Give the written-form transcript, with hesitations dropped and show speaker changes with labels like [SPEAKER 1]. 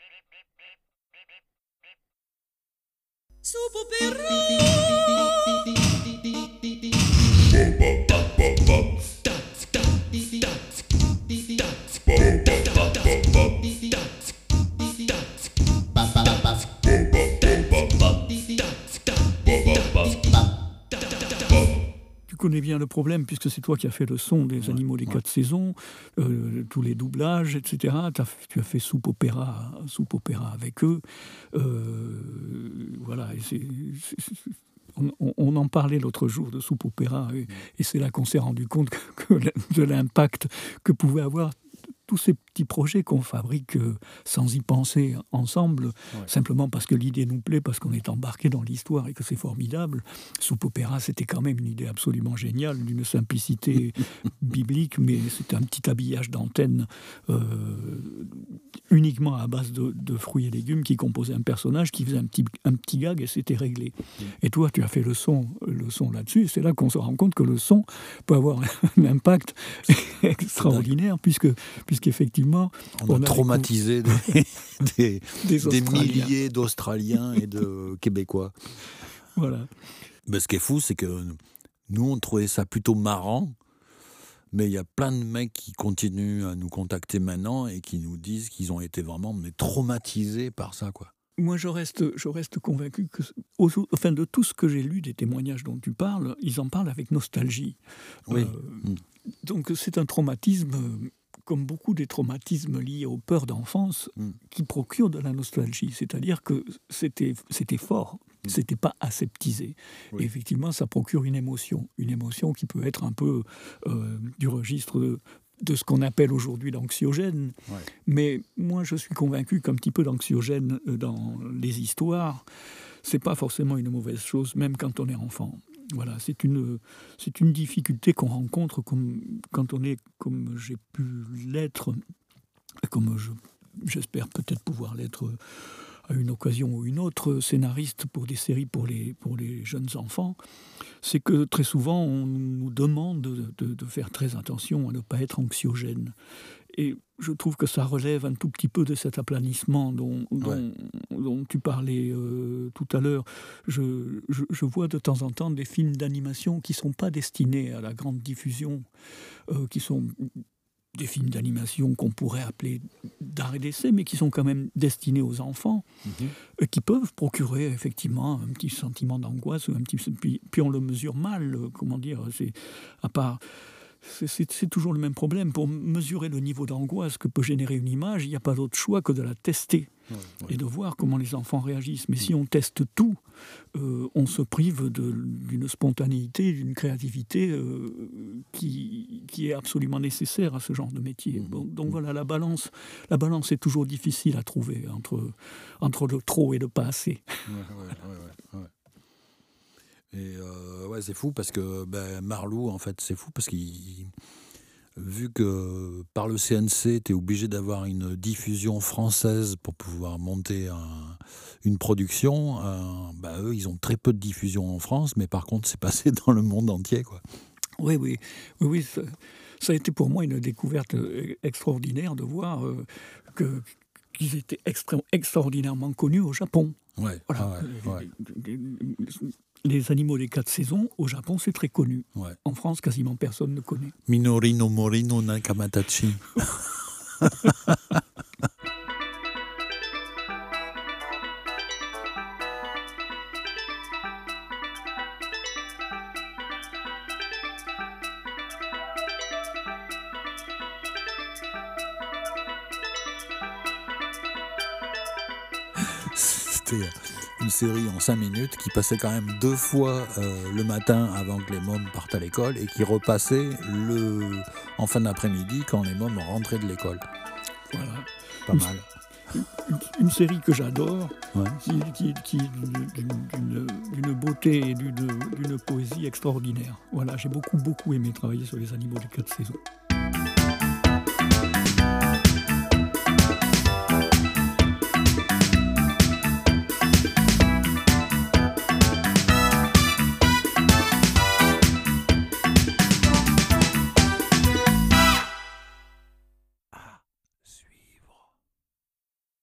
[SPEAKER 1] Tu connais bien le problème, puisque c'est toi qui as fait le son des animaux des 4 saisons, tous les doublages, etc. Tu as fait soupe opéra avec eux. Voilà, et on en parlait l'autre jour de soupe opéra, et c'est là qu'on s'est rendu compte de l'impact que pouvaient avoir tous ces petits projets qu'on fabrique sans y penser ensemble, simplement parce que l'idée nous plaît, parce qu'on est embarqué dans l'histoire et que c'est formidable. Soupe opéra, c'était quand même une idée absolument géniale, d'une simplicité biblique, mais c'était un petit habillage d'antenne uniquement à base de fruits et légumes qui composait un personnage qui faisait un petit gag et c'était réglé. Et toi, tu as fait le son là-dessus, et c'est là qu'on se rend compte que le son peut avoir un impact extraordinaire, puisqu'effectivement...
[SPEAKER 2] On a traumatisé des milliers d'Australiens et de Québécois.
[SPEAKER 1] Voilà.
[SPEAKER 2] Mais ce qui est fou, c'est que nous, on trouvait ça plutôt marrant, mais il y a plein de mecs qui continuent à nous contacter maintenant et qui nous disent qu'ils ont été vraiment traumatisés par ça, quoi.
[SPEAKER 1] Moi, je reste convaincu que, de tout ce que j'ai lu des témoignages dont tu parles, ils en parlent avec nostalgie.
[SPEAKER 2] Oui.
[SPEAKER 1] Donc c'est un traumatisme, comme beaucoup des traumatismes liés aux peurs d'enfance, qui procurent de la nostalgie. C'est-à-dire que c'était fort, c'était pas aseptisé. Oui. Et effectivement, ça procure une émotion qui peut être un peu du registre de ce qu'on appelle aujourd'hui l'anxiogène. Ouais. Mais moi, je suis convaincu qu'un petit peu d'anxiogène dans les histoires, c'est pas forcément une mauvaise chose, même quand on est enfant. Voilà, c'est une difficulté qu'on rencontre quand on est, comme j'ai pu l'être, comme j'espère peut-être pouvoir l'être à une occasion ou une autre, scénariste pour des séries pour les jeunes enfants. C'est que très souvent, on nous demande de faire très attention à ne pas être anxiogène. Et je trouve que ça relève un tout petit peu de cet aplanissement dont tu parlais tout à l'heure. Je vois de temps en temps des films d'animation qui ne sont pas destinés à la grande diffusion, qui sont des films d'animation qu'on pourrait appeler d'art et d'essai, mais qui sont quand même destinés aux enfants, qui peuvent procurer effectivement un petit sentiment d'angoisse, puis on le mesure mal, comment dire, c'est toujours le même problème. Pour mesurer le niveau d'angoisse que peut générer une image, il n'y a pas d'autre choix que de la tester et de voir comment les enfants réagissent. Mais si on teste tout, on se prive d'une spontanéité, d'une créativité qui est absolument nécessaire à ce genre de métier. Donc voilà, la balance est toujours difficile à trouver entre le trop et le pas assez.
[SPEAKER 2] Ouais. Et c'est fou parce que Marlou, en fait, c'est fou parce qu'il, vu que par le CNC, tu es obligé d'avoir une diffusion française pour pouvoir monter une production, eux, ils ont très peu de diffusion en France, mais par contre, c'est passé dans le monde entier, quoi.
[SPEAKER 1] Oui, ça a été pour moi une découverte extraordinaire de voir qu'ils étaient extraordinairement connus au Japon.
[SPEAKER 2] Ouais.
[SPEAKER 1] Voilà. Les animaux des 4 saisons, au Japon, c'est très connu. Ouais. En France, quasiment personne ne connaît.
[SPEAKER 2] Minori no Mori no Nakamatachi. C'était une série en 5 minutes qui passait quand même 2 fois le matin avant que les mômes partent à l'école et qui repassait en fin d'après-midi quand les mômes rentraient de l'école.
[SPEAKER 1] Voilà.
[SPEAKER 2] Pas mal.
[SPEAKER 1] Une série que j'adore, qui d'une beauté et d'une poésie extraordinaire. Voilà, j'ai beaucoup aimé travailler sur les animaux des 4 saisons.